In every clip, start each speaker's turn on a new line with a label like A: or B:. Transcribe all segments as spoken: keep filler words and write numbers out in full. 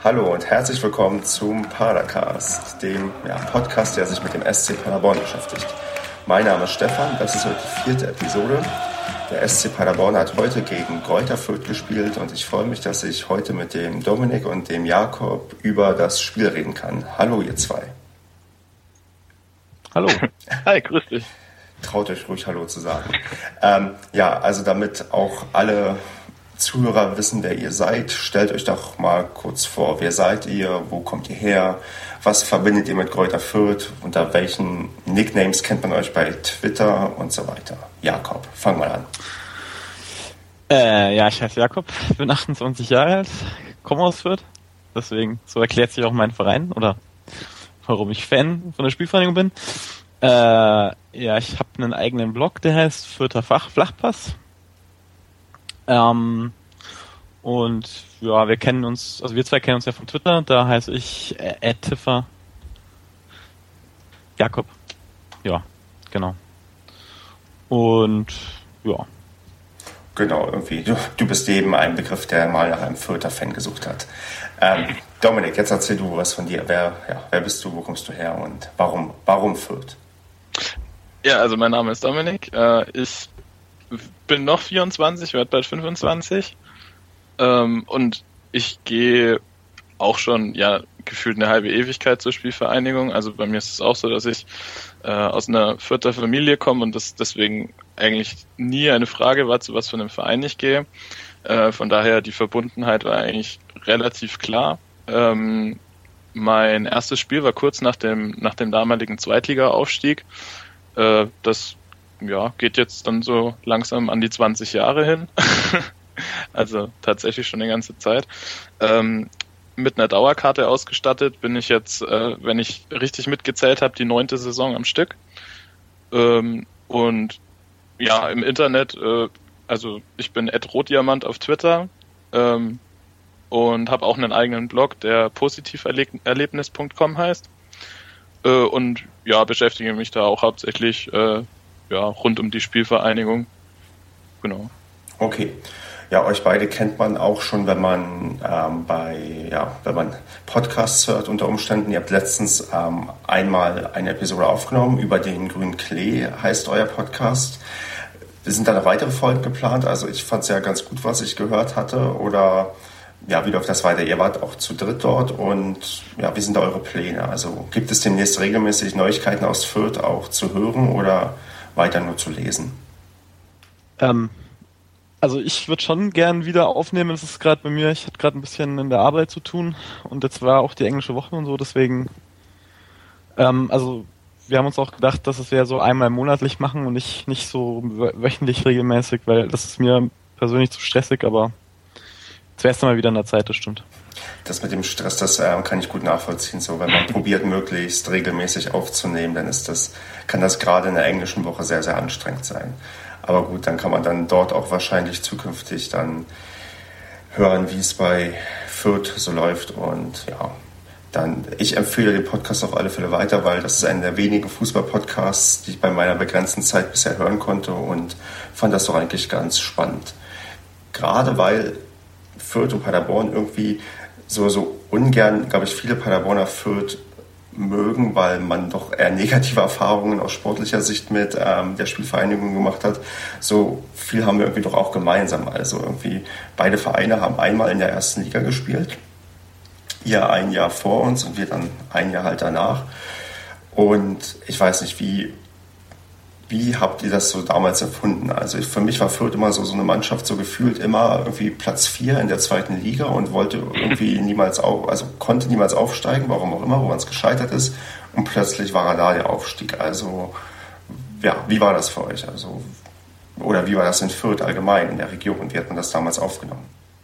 A: Hallo und herzlich willkommen zum Padercast, dem ja, Podcast, der sich mit dem S C Paderborn beschäftigt. Mein Name ist Stefan, das ist heute die vierte Episode. Der S C Paderborn hat heute gegen Greuther Fürth gespielt und ich freue mich, dass ich heute mit dem Dominik und dem Jakob über das Spiel reden kann. Hallo ihr zwei.
B: Hallo. Hi, grüß dich.
A: Traut euch ruhig Hallo zu sagen. Ähm, ja, also damit auch alle Zuhörer wissen, wer ihr seid, stellt euch doch mal kurz vor, wer seid ihr, wo kommt ihr her, was verbindet ihr mit Greuther Fürth, unter welchen Nicknames kennt man euch bei Twitter und so weiter. Jakob, fang mal an.
B: Äh, ja, ich heiße Jakob, bin achtundzwanzig Jahre alt, komme aus Fürth, deswegen, so erklärt sich auch mein Verein oder warum ich Fan von der Spielvereinigung bin. Äh, ja, ich habe einen eigenen Blog, der heißt Fürther Fach Flachpass. Ähm, und ja, wir kennen uns, also wir zwei kennen uns ja von Twitter, da heiße ich äh, @tiffer Jakob. Ja, genau. Und ja.
A: Genau, irgendwie. Du, du bist eben ein Begriff, der mal nach einem Fürther-Fan gesucht hat. Ähm, Dominik, jetzt erzähl du was von dir. Wer, ja, wer bist du, wo kommst du her und warum, warum Fürth?
C: Ja, also mein Name ist Dominik. Äh, ich bin noch vierundzwanzig, werde bald fünfundzwanzig. Ähm, und ich gehe auch schon, ja, gefühlt eine halbe Ewigkeit zur Spielvereinigung. Also bei mir ist es auch so, dass ich äh, aus einer Fürther Familie komme und das deswegen eigentlich nie eine Frage war, zu was für einem Verein ich gehe. Äh, von daher, die Verbundenheit war eigentlich relativ klar. Ähm, mein erstes Spiel war kurz nach dem, nach dem damaligen Zweitliga-Aufstieg. Äh, das ja, geht jetzt dann so langsam an die zwanzig Jahre hin. Also tatsächlich schon eine ganze Zeit. Ähm, mit einer Dauerkarte ausgestattet bin ich jetzt, äh, wenn ich richtig mitgezählt habe, die neunte Saison am Stück. Ähm, und ja, im Internet, äh, also ich bin at rotdiamant auf Twitter ähm, und habe auch einen eigenen Blog, der positiverlebnis punkt com heißt. Äh, und ja, beschäftige mich da auch hauptsächlich äh, ja, rund um die Spielvereinigung. Genau.
A: Okay. Ja, euch beide kennt man auch schon, wenn man ähm, bei, ja, wenn man Podcasts hört unter Umständen. Ihr habt letztens ähm, einmal eine Episode aufgenommen über den grünen Klee, heißt euer Podcast. Sind da noch weitere Folgen geplant? Also ich fand es ja ganz gut, was ich gehört hatte. Oder ja, wie läuft das weiter? Ihr wart auch zu dritt dort und ja, wie sind da eure Pläne? Also gibt es demnächst regelmäßig Neuigkeiten aus Fürth auch zu hören oder weiter nur zu lesen?
B: Ähm, also ich würde schon gern wieder aufnehmen, das ist gerade bei mir, ich hatte gerade ein bisschen in der Arbeit zu tun und jetzt war auch die englische Woche und so, deswegen ähm, also wir haben uns auch gedacht, dass es wir so einmal monatlich machen und nicht, nicht so wöchentlich regelmäßig, weil das ist mir persönlich zu stressig, aber jetzt wäre es dann mal wieder an der Zeit, das stimmt.
A: Das mit dem Stress, das äh, kann ich gut nachvollziehen. So, wenn man probiert, möglichst regelmäßig aufzunehmen, dann ist das, kann das gerade in der englischen Woche sehr, sehr anstrengend sein. Aber gut, dann kann man dann dort auch wahrscheinlich zukünftig dann hören, wie es bei Fürth so läuft. Und ja, dann, ich empfehle den Podcast auf alle Fälle weiter, weil das ist einer der wenigen Fußball-Podcasts, die ich bei meiner begrenzten Zeit bisher hören konnte und fand das doch eigentlich ganz spannend. Gerade weil Fürth und Paderborn irgendwie so, so ungern, glaube ich, viele Paderborner Fürth mögen, weil man doch eher negative Erfahrungen aus sportlicher Sicht mit ähm, der Spielvereinigung gemacht hat. So viel haben wir irgendwie doch auch gemeinsam. Also irgendwie beide Vereine haben einmal in der ersten Liga gespielt. Ihr ein Jahr vor uns und wir dann ein Jahr halt danach. Und ich weiß nicht, wie Wie habt ihr das so damals empfunden? Also für mich war Fürth immer so, so eine Mannschaft, so gefühlt immer irgendwie Platz vier in der zweiten Liga und wollte irgendwie niemals auf, also konnte niemals aufsteigen, warum auch immer, woran es gescheitert ist. Und plötzlich war er da, der Aufstieg. Also ja, wie war das für euch? Also, oder wie war das in Fürth allgemein in der Region? Wie hat man das damals aufgenommen?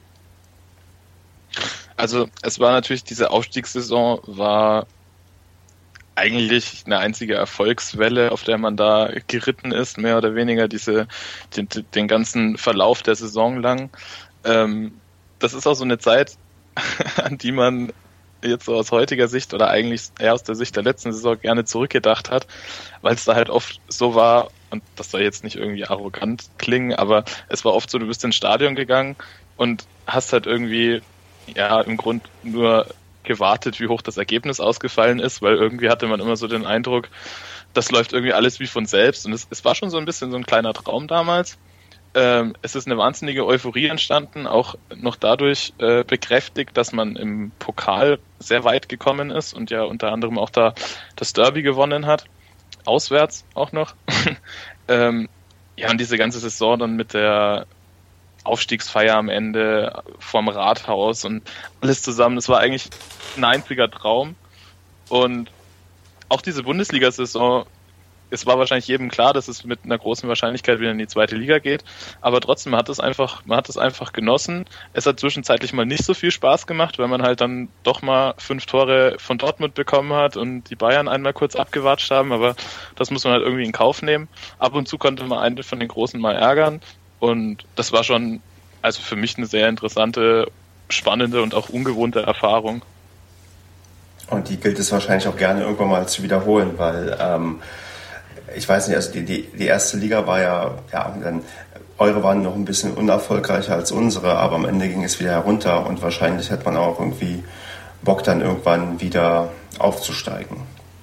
C: Also es war natürlich, diese Aufstiegssaison war eigentlich eine einzige Erfolgswelle, auf der man da geritten ist, mehr oder weniger diese den, den ganzen Verlauf der Saison lang. Ähm, das ist auch so eine Zeit, an die man jetzt so aus heutiger Sicht oder eigentlich eher aus der Sicht der letzten Saison gerne zurückgedacht hat, weil es da halt oft so war, und das soll jetzt nicht irgendwie arrogant klingen, aber es war oft so, du bist ins Stadion gegangen und hast halt irgendwie ja im Grund nur gewartet, wie hoch das Ergebnis ausgefallen ist, weil irgendwie hatte man immer so den Eindruck, das läuft irgendwie alles wie von selbst und es, es war schon so ein bisschen so ein kleiner Traum damals. Ähm, es ist eine wahnsinnige Euphorie entstanden, auch noch dadurch äh, bekräftigt, dass man im Pokal sehr weit gekommen ist und ja unter anderem auch da das Derby gewonnen hat, auswärts auch noch. ähm, ja, und diese ganze Saison dann mit der Aufstiegsfeier am Ende vorm Rathaus und alles zusammen, das war eigentlich ein einziger Traum. Und auch diese Bundesliga-Saison, es war wahrscheinlich jedem klar, dass es mit einer großen Wahrscheinlichkeit wieder in die zweite Liga geht, aber trotzdem man hat es einfach, man hat es einfach genossen. Es hat zwischenzeitlich mal nicht so viel Spaß gemacht, weil man halt dann doch mal fünf Tore von Dortmund bekommen hat und die Bayern einmal kurz abgewatscht haben, aber das muss man halt irgendwie in Kauf nehmen. Ab und zu konnte man einen von den Großen mal ärgern und das war schon, also für mich eine sehr interessante, spannende und auch ungewohnte Erfahrung.
A: Und die gilt es wahrscheinlich auch gerne irgendwann mal zu wiederholen, weil ähm, ich weiß nicht, also die, die, die erste Liga war ja, ja, dann, eure waren noch ein bisschen unerfolgreicher als unsere, aber am Ende ging es wieder herunter und wahrscheinlich hat man auch irgendwie Bock, dann irgendwann wieder aufzusteigen.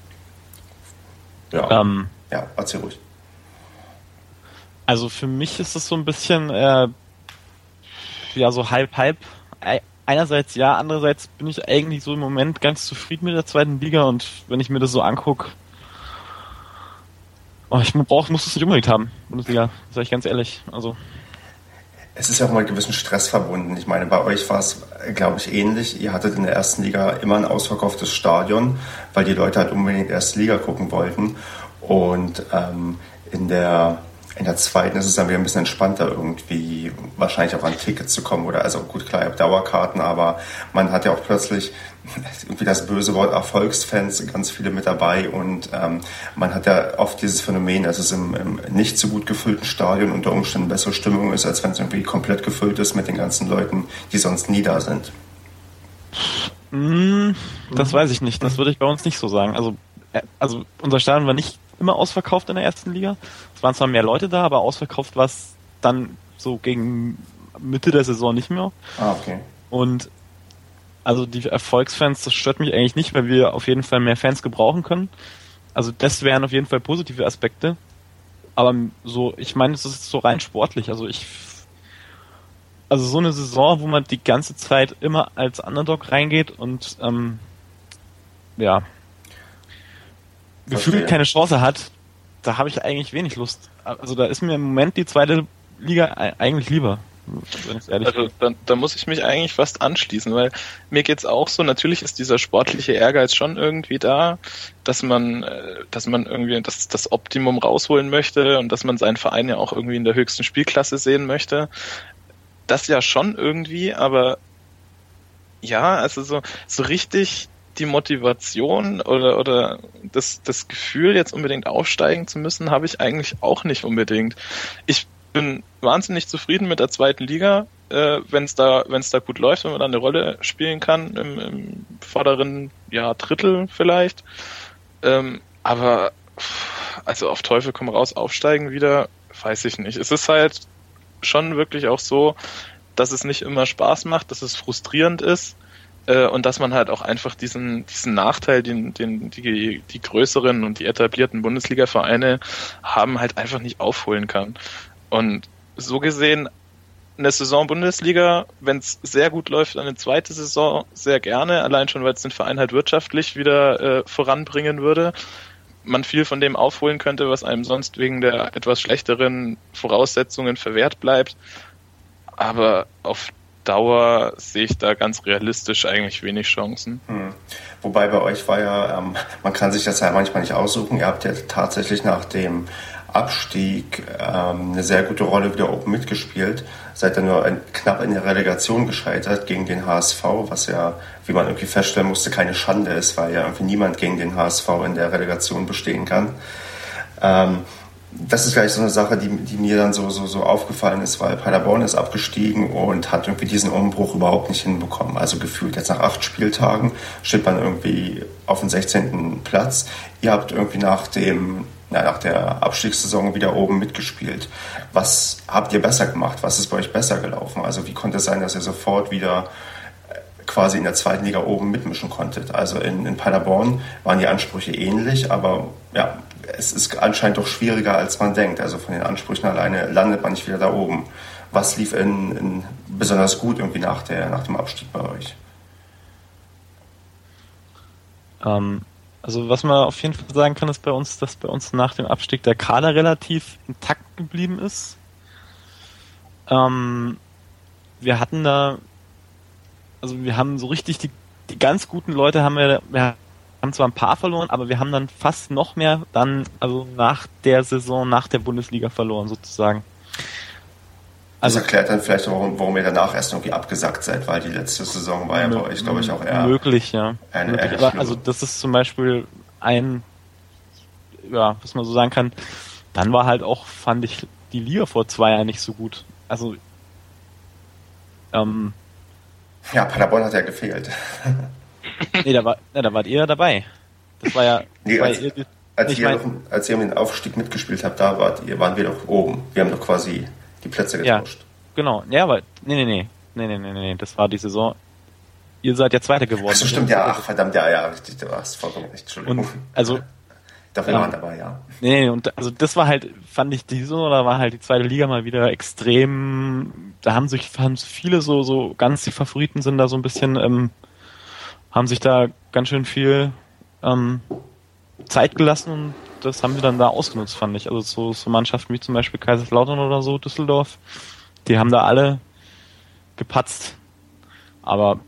A: Ja, ähm, ja, erzähl ruhig.
B: Also für mich ist es so ein bisschen, äh, ja, so halb, halb. Einerseits ja, andererseits bin ich eigentlich so im Moment ganz zufrieden mit der zweiten Liga und wenn ich mir das so angucke, oh, ich brauch, muss es nicht unbedingt haben, Bundesliga, sag ich ganz ehrlich. Also
A: es ist ja auch mal mit gewissem Stress verbunden. Ich meine, bei euch war es, glaube ich, ähnlich. Ihr hattet in der ersten Liga immer ein ausverkauftes Stadion, weil die Leute halt unbedingt erste Liga gucken wollten. Und ähm, in der in der zweiten ist es dann wieder ein bisschen entspannter irgendwie, wahrscheinlich auch an Tickets zu kommen oder, also gut, klar, ihr habt Dauerkarten, aber man hat ja auch plötzlich irgendwie das böse Wort Erfolgsfans, ganz viele mit dabei und ähm, man hat ja oft dieses Phänomen, dass es im, im nicht so gut gefüllten Stadion unter Umständen bessere Stimmung ist, als wenn es irgendwie komplett gefüllt ist mit den ganzen Leuten, die sonst nie da sind.
B: Mm, das weiß ich nicht, das würde ich bei uns nicht so sagen. Also, also unser Stadion war nicht immer ausverkauft in der ersten Liga. Es waren zwar mehr Leute da, aber ausverkauft war es dann so gegen Mitte der Saison nicht mehr.
A: Ah, okay.
B: Und also die Erfolgsfans, das stört mich eigentlich nicht, weil wir auf jeden Fall mehr Fans gebrauchen können. Also das wären auf jeden Fall positive Aspekte. Aber so, ich meine, es ist so rein sportlich. Also ich, also so eine Saison, wo man die ganze Zeit immer als Underdog reingeht und ähm, ja, gefühlt keine Chance hat, da habe ich eigentlich wenig Lust. Also da ist mir im Moment die zweite Liga eigentlich lieber, wenn ich ehrlich bin.
C: Also da, da muss ich mich eigentlich fast anschließen, weil mir geht's auch so, natürlich ist dieser sportliche Ehrgeiz schon irgendwie da, dass man, dass man irgendwie das, das Optimum rausholen möchte und dass man seinen Verein ja auch irgendwie in der höchsten Spielklasse sehen möchte. Das ja schon irgendwie, aber ja, also so, so richtig die Motivation oder oder das das Gefühl, jetzt unbedingt aufsteigen zu müssen, habe ich eigentlich auch nicht unbedingt. Ich bin wahnsinnig zufrieden mit der zweiten Liga, äh, wenn es da wenn es da gut läuft, wenn man da eine Rolle spielen kann im, im vorderen ja Drittel vielleicht. Ähm, aber also auf Teufel komm raus aufsteigen wieder, weiß ich nicht. Es ist halt schon wirklich auch so, dass es nicht immer Spaß macht, dass es frustrierend ist. Und dass man halt auch einfach diesen diesen Nachteil, den, den die, die größeren und die etablierten Bundesliga-Vereine haben, halt einfach nicht aufholen kann. Und so gesehen, eine Saison Bundesliga, wenn es sehr gut läuft, eine zweite Saison sehr gerne, allein schon, weil es den Verein halt wirtschaftlich wieder äh, voranbringen würde. Man viel von dem aufholen könnte, was einem sonst wegen der etwas schlechteren Voraussetzungen verwehrt bleibt. Aber auf Dauer sehe ich da ganz realistisch eigentlich wenig Chancen.
A: Hm. Wobei bei euch war ja, ähm, man kann sich das ja manchmal nicht aussuchen, ihr habt ja tatsächlich nach dem Abstieg ähm, eine sehr gute Rolle wieder oben mitgespielt, seid dann nur ein, knapp in der Relegation gescheitert gegen den H S V, was ja, wie man irgendwie feststellen musste, keine Schande ist, weil ja irgendwie niemand gegen den H S V in der Relegation bestehen kann. Ähm, Das ist gleich so eine Sache, die, die mir dann so, so, so aufgefallen ist, weil Paderborn ist abgestiegen und hat irgendwie diesen Umbruch überhaupt nicht hinbekommen. Also gefühlt jetzt nach acht Spieltagen steht man irgendwie auf dem sechzehnten Platz. Ihr habt irgendwie nach dem, na, nach der Abstiegssaison wieder oben mitgespielt. Was habt ihr besser gemacht? Was ist bei euch besser gelaufen? Also wie konnte es sein, dass ihr sofort wieder quasi in der zweiten Liga oben mitmischen konntet. Also in, in Paderborn waren die Ansprüche ähnlich, aber ja, es ist anscheinend doch schwieriger, als man denkt. Also von den Ansprüchen alleine landet man nicht wieder da oben. Was lief in, in besonders gut irgendwie nach, der, nach dem Abstieg bei euch?
B: Ähm, also was man auf jeden Fall sagen kann, ist bei uns, dass bei uns nach dem Abstieg der Kader relativ intakt geblieben ist. Ähm, wir hatten da, also wir haben so richtig die, die ganz guten Leute haben wir, wir haben zwar ein paar verloren, aber wir haben dann fast noch mehr dann, also nach der Saison, nach der Bundesliga verloren sozusagen.
A: Das also, erklärt dann vielleicht, warum, warum ihr danach erst irgendwie abgesackt seid, weil die letzte Saison war ja bei euch, glaube ich, auch eher
B: möglich, ja.
A: Eine,
B: möglich,
A: eine
B: aber, also das ist zum Beispiel ein, ja, was man so sagen kann, dann war halt auch, fand ich, die Liga vor zwei Jahren nicht so gut. Also, ähm,
A: ja, Paderborn hat ja gefehlt.
B: nee, da war, ja, da wart ihr ja dabei. Das war ja,
A: nee,
B: war
A: als,
B: ihr,
A: als,
B: ich
A: ihr
B: mein,
A: noch, als ihr um den Aufstieg mitgespielt habt, da wart ihr, waren wir doch oben. Wir haben doch quasi die Plätze getauscht.
B: Ja, genau. Ja, aber nee, nee, nee. Nee, nee, nee, nee, das war die Saison. Ihr seid ja Zweiter geworden.
A: Ach so, stimmt, ja, ach, verdammt, ja, ja, richtig, du hast vollkommen recht, Entschuldigung.
B: Und, also,
A: doch, wir
B: ähm,
A: waren dabei, ja.
B: Nee, nee, und also das war halt, fand ich die Saison, da war halt die zweite Liga mal wieder extrem, da haben sich haben viele so, so ganz die Favoriten sind da so ein bisschen, ähm, haben sich da ganz schön viel ähm, Zeit gelassen und das haben wir dann da ausgenutzt, fand ich. Also so, so Mannschaften wie zum Beispiel Kaiserslautern oder so, Düsseldorf, die haben da alle gepatzt. Aber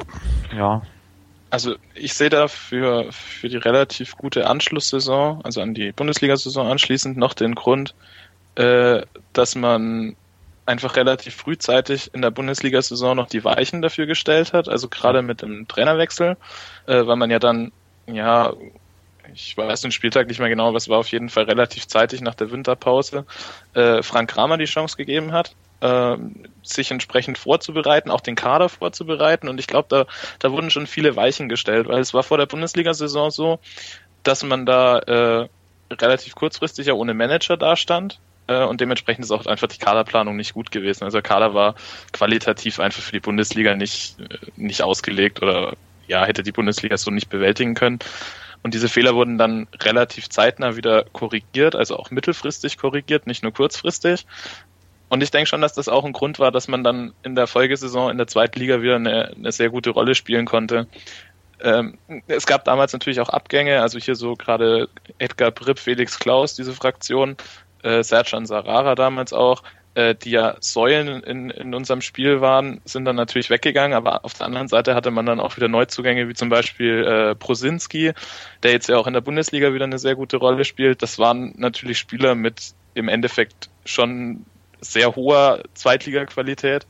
B: ja.
C: Also ich sehe da für, für die relativ gute Anschlusssaison, also an die Bundesliga-Saison anschließend, noch den Grund, äh, dass man einfach relativ frühzeitig in der Bundesliga-Saison noch die Weichen dafür gestellt hat, also gerade mit dem Trainerwechsel, äh, weil man ja dann, ja, ich weiß den Spieltag nicht mehr genau, aber es war auf jeden Fall relativ zeitig nach der Winterpause, äh, Frank Kramer die Chance gegeben hat, äh, sich entsprechend vorzubereiten, auch den Kader vorzubereiten, und ich glaube, da, da wurden schon viele Weichen gestellt, weil es war vor der Bundesliga-Saison so, dass man da äh, relativ kurzfristig ja ohne Manager dastand, äh, und dementsprechend ist auch einfach die Kaderplanung nicht gut gewesen. Also der Kader war qualitativ einfach für die Bundesliga nicht, nicht ausgelegt oder ja, hätte die Bundesliga so nicht bewältigen können. Und diese Fehler wurden dann relativ zeitnah wieder korrigiert, also auch mittelfristig korrigiert, nicht nur kurzfristig. Und ich denke schon, dass das auch ein Grund war, dass man dann in der Folgesaison in der zweiten Liga wieder eine, eine sehr gute Rolle spielen konnte. Ähm, es gab damals natürlich auch Abgänge, also hier so gerade Edgar Pripp, Felix Klaus, diese Fraktion, äh, Sercan Sarara damals auch, äh, die ja Säulen in, in unserem Spiel waren, sind dann natürlich weggegangen, aber auf der anderen Seite hatte man dann auch wieder Neuzugänge, wie zum Beispiel äh, Prosinski, der jetzt ja auch in der Bundesliga wieder eine sehr gute Rolle spielt. Das waren natürlich Spieler mit im Endeffekt schon sehr hoher Zweitliga-Qualität.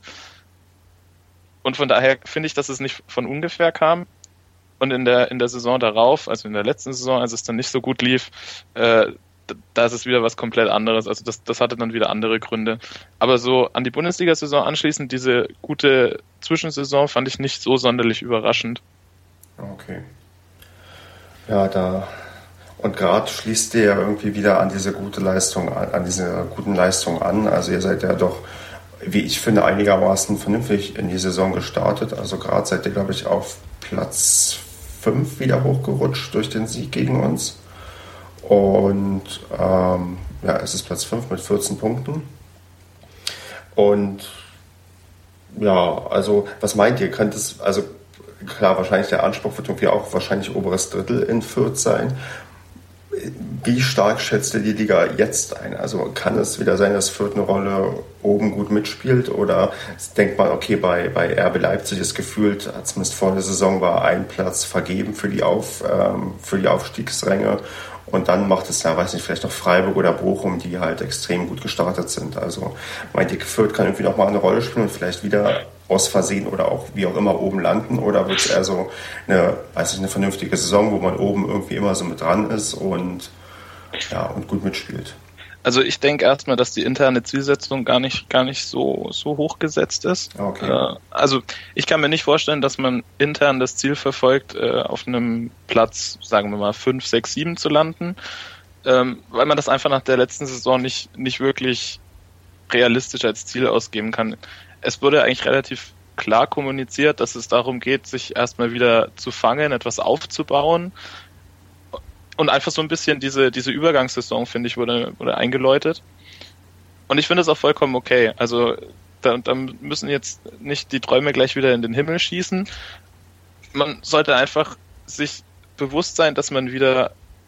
C: Und von daher finde ich, dass es nicht von ungefähr kam. Und in der in der Saison darauf, also in der letzten Saison, als es dann nicht so gut lief, äh, da ist es wieder was komplett anderes. Also das, das hatte dann wieder andere Gründe. Aber so an die Bundesliga-Saison anschließend, diese gute Zwischensaison fand ich nicht so sonderlich überraschend.
A: Okay. Ja, da... Und gerade schließt ihr ja irgendwie wieder an diese gute Leistung, an diese guten Leistungen an. Also ihr seid ja doch, wie ich finde, einigermaßen vernünftig in die Saison gestartet. Also gerade seid ihr, glaube ich, auf Platz fünf wieder hochgerutscht durch den Sieg gegen uns. Und ähm, ja, es ist Platz fünf mit vierzehn Punkten. Und ja, also was meint ihr? Könnte es, also klar, wahrscheinlich der Anspruch wird irgendwie auch wahrscheinlich oberes Drittel in Fürth sein. Wie stark schätzt ihr die Liga jetzt ein? Also kann es wieder sein, dass Fürth eine Rolle oben gut mitspielt? Oder denkt man, okay, bei, bei R B Leipzig ist gefühlt, zumindest vor der Saison war ein Platz vergeben für die, Auf, ähm, für die Aufstiegsränge. Und dann macht es ja, weiß nicht, vielleicht noch Freiburg oder Bochum, die halt extrem gut gestartet sind. Also meint ihr, Fürth kann irgendwie nochmal eine Rolle spielen und vielleicht wieder aus Versehen oder auch wie auch immer oben landen? Oder wird es eher so eine, weiß ich, eine vernünftige Saison, wo man oben irgendwie immer so mit dran ist und, ja, und gut mitspielt?
C: Also ich denke erstmal, dass die interne Zielsetzung gar nicht gar nicht so so hoch gesetzt ist.
A: Okay.
C: Äh, also ich kann mir nicht vorstellen, dass man intern das Ziel verfolgt, äh, auf einem Platz, sagen wir mal, fünf, sechs, sieben zu landen, ähm, weil man das einfach nach der letzten Saison nicht nicht wirklich realistisch als Ziel ausgeben kann. Es wurde eigentlich relativ klar kommuniziert, dass es darum geht, sich erstmal wieder zu fangen, etwas aufzubauen. Und einfach so ein bisschen diese, diese Übergangssaison, finde ich, wurde, wurde eingeläutet. Und ich finde es auch vollkommen okay. Also da, da müssen jetzt nicht die Träume gleich wieder in den Himmel schießen. Man sollte einfach sich bewusst sein, dass man wieder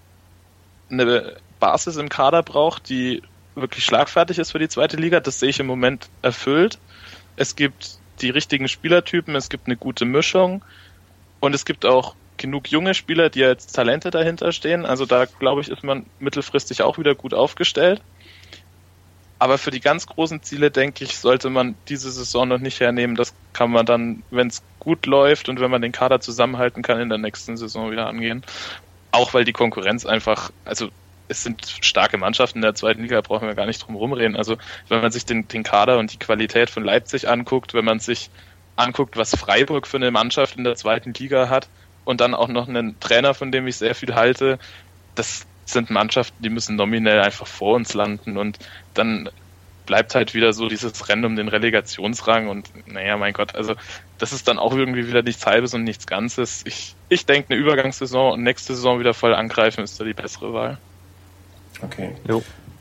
C: eine Basis im Kader braucht, die wirklich schlagfertig ist für die zweite Liga. Das sehe ich im Moment erfüllt. Es gibt die richtigen Spielertypen, es gibt eine gute Mischung und es gibt auch genug junge Spieler, die als Talente dahinter stehen. Also da, glaube ich, ist man mittelfristig auch wieder gut aufgestellt. Aber für die ganz großen Ziele, denke ich, sollte man diese Saison noch nicht hernehmen. Das kann man dann, wenn es gut läuft und wenn man den Kader zusammenhalten kann, in der nächsten Saison wieder angehen. Auch weil die Konkurrenz einfach, also es sind starke Mannschaften in der zweiten Liga, da brauchen wir gar nicht drum rumreden. Also wenn man sich den, den Kader und die Qualität von Leipzig anguckt, wenn man sich anguckt, was Freiburg für eine Mannschaft in der zweiten Liga hat und dann auch noch einen Trainer, von dem ich sehr viel halte, das sind Mannschaften, die müssen nominell einfach vor uns landen und dann bleibt halt wieder so dieses Rennen um den Relegationsrang und naja, mein Gott, also das ist dann auch irgendwie wieder nichts Halbes und nichts Ganzes. Ich, ich denke, eine Übergangssaison und nächste Saison wieder voll angreifen ist da die bessere Wahl.
A: Okay.
B: Jo.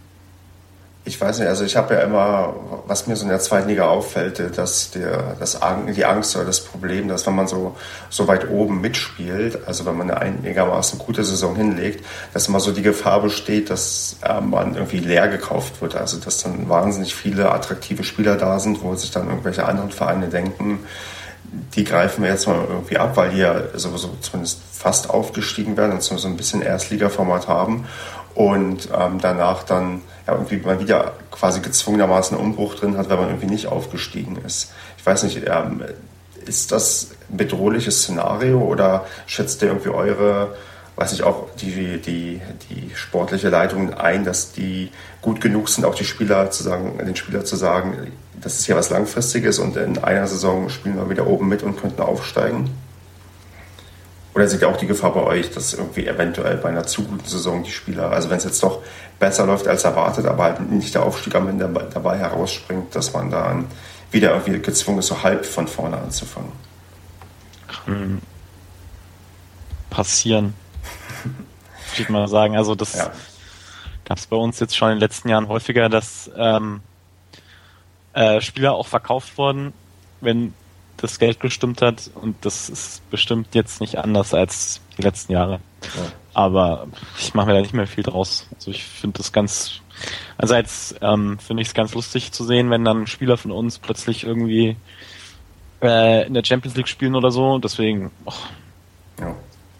A: Ich weiß nicht, also ich habe ja immer, was mir so in der zweiten Liga auffällt, dass der, das, die Angst oder das Problem, dass wenn man so, so weit oben mitspielt, also wenn man eine einigermaßen gute Saison hinlegt, dass immer so die Gefahr besteht, dass äh, man irgendwie leer gekauft wird. Also dass dann wahnsinnig viele attraktive Spieler da sind, wo sich dann irgendwelche anderen Vereine denken, die greifen wir jetzt mal irgendwie ab, weil die ja sowieso zumindest fast aufgestiegen werden und so ein bisschen Erstligaformat haben. Und ähm, danach dann ja, irgendwie man wieder quasi gezwungenermaßen einen Umbruch drin hat, wenn man irgendwie nicht aufgestiegen ist. Ich weiß nicht, ähm, ist das ein bedrohliches Szenario oder schätzt ihr irgendwie eure, weiß ich auch, die, die, die sportliche Leitung ein, dass die gut genug sind, auch die Spieler zu sagen, den Spieler zu sagen, das ist ja was Langfristiges und in einer Saison spielen wir wieder oben mit und könnten aufsteigen? Oder seht ihr auch die Gefahr bei euch, dass irgendwie eventuell bei einer zu guten Saison die Spieler, also wenn es jetzt doch besser läuft als erwartet, aber halt nicht der Aufstieg am Ende dabei herausspringt, dass man dann wieder irgendwie gezwungen ist, so halb von vorne anzufangen?
B: Hm. Passieren. Würde ich mal sagen. Also das ja. gab es bei uns jetzt schon in den letzten Jahren häufiger, dass ähm, äh, Spieler auch verkauft wurden, wenn das Geld gestimmt hat und das ist bestimmt jetzt nicht anders als die letzten Jahre. Ja. Aber ich mache mir da nicht mehr viel draus. Also ich finde das ganz, einerseits ähm, finde ich es ganz lustig zu sehen, wenn dann Spieler von uns plötzlich irgendwie äh, in der Champions League spielen oder so. Deswegen, oh,
A: ja,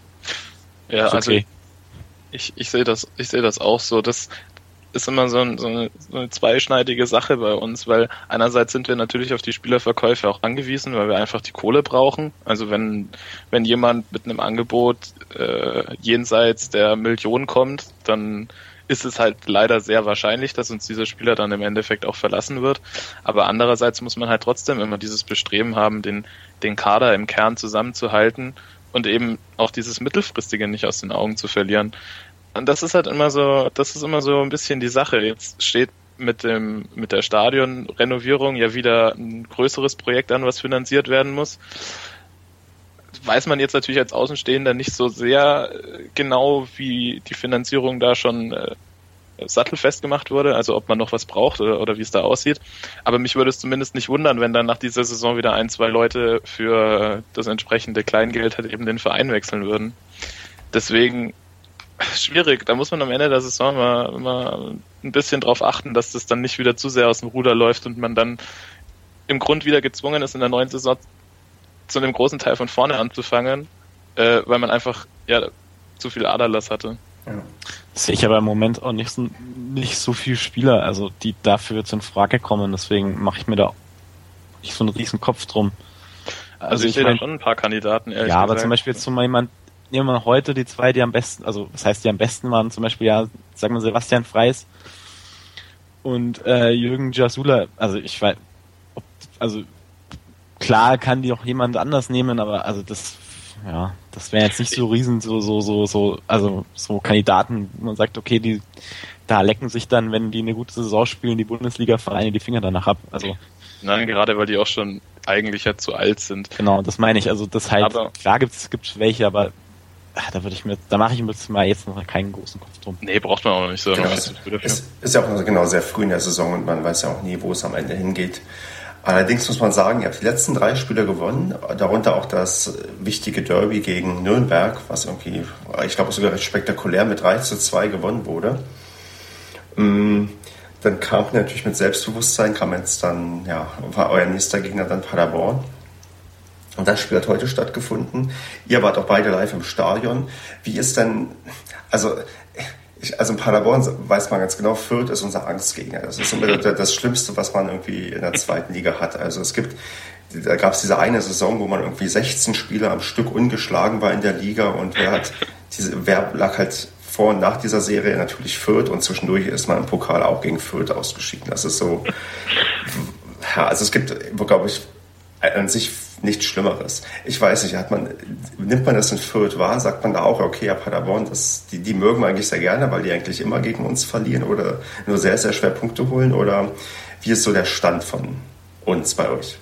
C: ja also okay. ich, ich sehe das, ich sehe das auch so. Das ist immer so, ein, so, eine, so eine zweischneidige Sache bei uns, weil einerseits sind wir natürlich auf die Spielerverkäufe auch angewiesen, weil wir einfach die Kohle brauchen. Also wenn wenn jemand mit einem Angebot äh, jenseits der Million kommt, dann ist es halt leider sehr wahrscheinlich, dass uns dieser Spieler dann im Endeffekt auch verlassen wird. Aber andererseits muss man halt trotzdem immer dieses Bestreben haben, den den Kader im Kern zusammenzuhalten und eben auch dieses Mittelfristige nicht aus den Augen zu verlieren. Und das ist halt immer so, das ist immer so ein bisschen die Sache. Jetzt steht mit dem, mit der Stadionrenovierung ja wieder ein größeres Projekt an, was finanziert werden muss. Weiß man jetzt natürlich als Außenstehender nicht so sehr genau, wie die Finanzierung da schon äh, sattelfest gemacht wurde, also ob man noch was braucht oder, oder wie es da aussieht. Aber mich würde es zumindest nicht wundern, wenn dann nach dieser Saison wieder ein, zwei Leute für das entsprechende Kleingeld halt eben den Verein wechseln würden. Deswegen schwierig, da muss man am Ende der Saison mal, mal ein bisschen drauf achten, dass das dann nicht wieder zu sehr aus dem Ruder läuft und man dann im Grund wieder gezwungen ist, in der neuen Saison zu einem großen Teil von vorne anzufangen, äh, weil man einfach ja zu viel Aderlass hatte.
B: Ja. Das sehe ich aber im Moment auch nicht so, nicht so viele Spieler, also die dafür jetzt in Frage kommen, deswegen mache ich mir da nicht so einen riesen Kopf drum.
C: Also, also ich, ich sehe da schon ein paar Kandidaten, ehrlich
B: Ja,
C: gesagt.
B: aber zum Beispiel jetzt so mal jemand, nehmen wir heute die zwei, die am besten, also was heißt die am besten waren, zum Beispiel ja, sagen wir Sebastian Freis und äh, Jürgen Jasula, also ich weiß, ob, also klar kann die auch jemand anders nehmen, aber also das, ja, das wäre jetzt nicht so riesen, so, so, so, so, also so Kandidaten, wo man sagt, okay, die, da lecken sich dann, wenn die eine gute Saison spielen, die Bundesliga-Vereine die Finger danach ab, also.
C: Nein, gerade weil die auch schon eigentlich ja zu alt sind.
B: Genau, das meine ich. Also das halt,
C: aber,
B: klar gibt's gibt's welche, aber ach, da würde ich mir, da mache ich mir mal jetzt noch keinen großen Kopf drum.
C: Nee, braucht man auch noch nicht so.
A: Genau, es ist, ist ja auch genau sehr früh in der Saison und man weiß ja auch nie, wo es am Ende hingeht. Allerdings muss man sagen, ihr habt die letzten drei Spiele gewonnen, darunter auch das wichtige Derby gegen Nürnberg, was irgendwie, ich glaube sogar recht spektakulär mit drei zu zwei gewonnen wurde. Dann kam natürlich mit Selbstbewusstsein, kam jetzt dann, ja, war euer nächster Gegner dann Paderborn. Und das Spiel hat heute stattgefunden. Ihr wart auch beide live im Stadion. Wie ist denn, also, ich, also in Paderborn weiß man ganz genau, Fürth ist unser Angstgegner. Das ist immer das Schlimmste, was man irgendwie in der zweiten Liga hat. Also es gibt, da gab es diese eine Saison, wo man irgendwie sechzehn Spiele am Stück ungeschlagen war in der Liga und wer hat diese, wer lag halt vor und nach dieser Serie natürlich Fürth und zwischendurch ist man im Pokal auch gegen Fürth ausgeschieden. Das ist so, ja, also es gibt, glaube ich, an sich nichts Schlimmeres. Ich weiß nicht, hat man, nimmt man das in Fürth wahr, sagt man da auch, okay, ja, Paderborn, das, die, die mögen wir eigentlich sehr gerne, weil die eigentlich immer gegen uns verlieren oder nur sehr, sehr schwer Punkte holen, oder wie ist so der Stand von uns bei euch?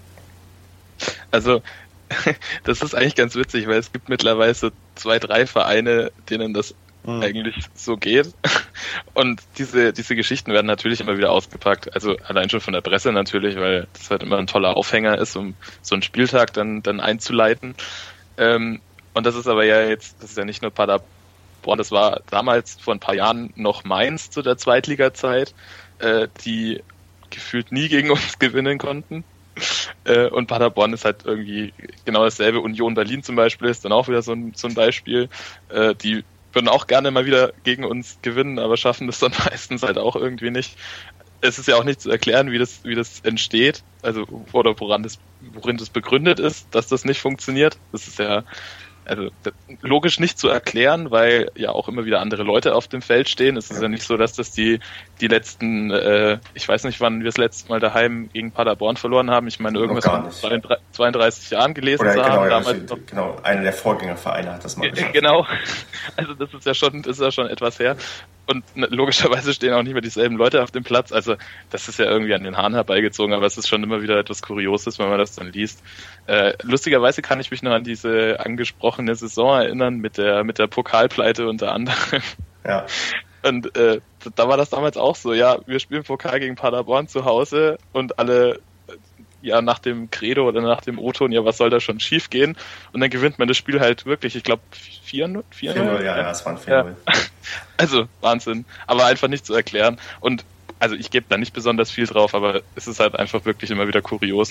C: Also, das ist eigentlich ganz witzig, weil es gibt mittlerweile so zwei, drei Vereine, denen das mhm. eigentlich so geht. Und diese, diese Geschichten werden natürlich immer wieder ausgepackt. Also allein schon von der Presse natürlich, weil das halt immer ein toller Aufhänger ist, um so einen Spieltag dann, dann einzuleiten. Ähm, und das ist aber ja jetzt, das ist ja nicht nur Paderborn, das war damals vor ein paar Jahren noch Mainz zu der Zweitliga-Zeit, äh, die gefühlt nie gegen uns gewinnen konnten. Äh, und Paderborn ist halt irgendwie genau dasselbe. Union Berlin zum Beispiel ist dann auch wieder so ein, so ein Beispiel. Äh, die würden auch gerne mal wieder gegen uns gewinnen, aber schaffen das dann meistens halt auch irgendwie nicht. Es ist ja auch nicht zu erklären, wie das, wie das entsteht, also oder woran das, worin das begründet ist, dass das nicht funktioniert. Das ist ja also logisch nicht zu erklären, weil ja auch immer wieder andere Leute auf dem Feld stehen. Es ist ja nicht so, dass das die die letzten, äh, ich weiß nicht, wann wir das letzte Mal daheim gegen Paderborn verloren haben. Ich meine, irgendwas von zweiunddreißig Jahren gelesen
A: Oder
C: zu
A: genau,
C: haben.
A: Ja,
C: damals
A: noch, genau, einer der Vorgängervereine hat das mal geschafft.
C: Genau, also das ist ja schon, das ist ja schon etwas her. Und logischerweise stehen auch nicht mehr dieselben Leute auf dem Platz. Also das ist ja irgendwie an den Haaren herbeigezogen, aber es ist schon immer wieder etwas Kurioses, wenn man das dann liest. Äh, lustigerweise kann ich mich noch an diese angesprochene Saison erinnern mit der mit der Pokalpleite unter anderem.
A: Ja.
C: Und äh, da war das damals auch so, ja, wir spielen Pokal gegen Paderborn zu Hause und alle ja nach dem Credo oder nach dem O-Ton, ja, was soll da schon schief gehen? Und dann gewinnt man das Spiel halt wirklich, ich glaube, vier null?
A: vier null, ja, ja, es waren vier null.
C: Ja. Also, Wahnsinn. Aber einfach nicht zu erklären. Und also ich gebe da nicht besonders viel drauf, aber es ist halt einfach wirklich immer wieder kurios.